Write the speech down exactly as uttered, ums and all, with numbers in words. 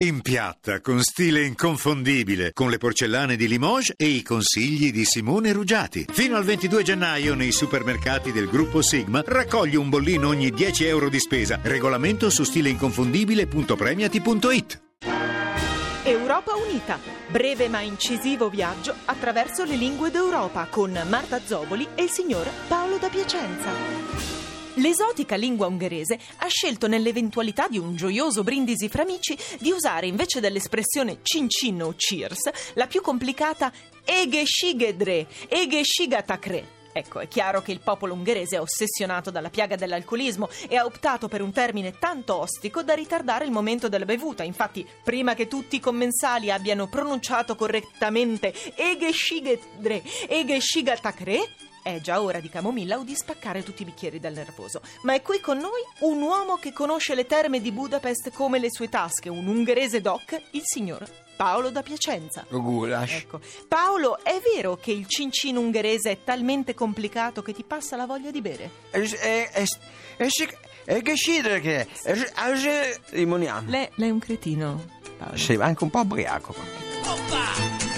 In piatta, con stile inconfondibile, con le porcellane di Limoges e i consigli di Simone Ruggiati. Fino al ventidue gennaio nei supermercati del gruppo Sigma raccogli un bollino ogni dieci euro di spesa. Regolamento su stileinconfondibile punto premiati punto it. Europa Unita, breve ma incisivo viaggio attraverso le lingue d'Europa con Marta Zoboli e il signor Paolo da Piacenza. L'esotica lingua ungherese ha scelto, nell'eventualità di un gioioso brindisi fra amici, di usare invece dell'espressione cincin o cheers la più complicata egesigedre, egesigatakré. Ecco, è chiaro che il popolo ungherese è ossessionato dalla piaga dell'alcolismo e ha optato per un termine tanto ostico da ritardare il momento della bevuta. Infatti, prima che tutti i commensali abbiano pronunciato correttamente egesigedre, egesigatakré, è già ora di camomilla o di spaccare tutti i bicchieri dal nervoso. Ma è qui con noi un uomo che conosce le terme di Budapest come le sue tasche, un ungherese doc, il signor Paolo da Piacenza. Gulasch. Ecco. Paolo, è vero che il cincin ungherese è talmente complicato che ti passa la voglia di bere? E che scidere che è rimoniamo. Lei, lei è un cretino, Paolo. Sì, anche un po' ubriaco. Oppa!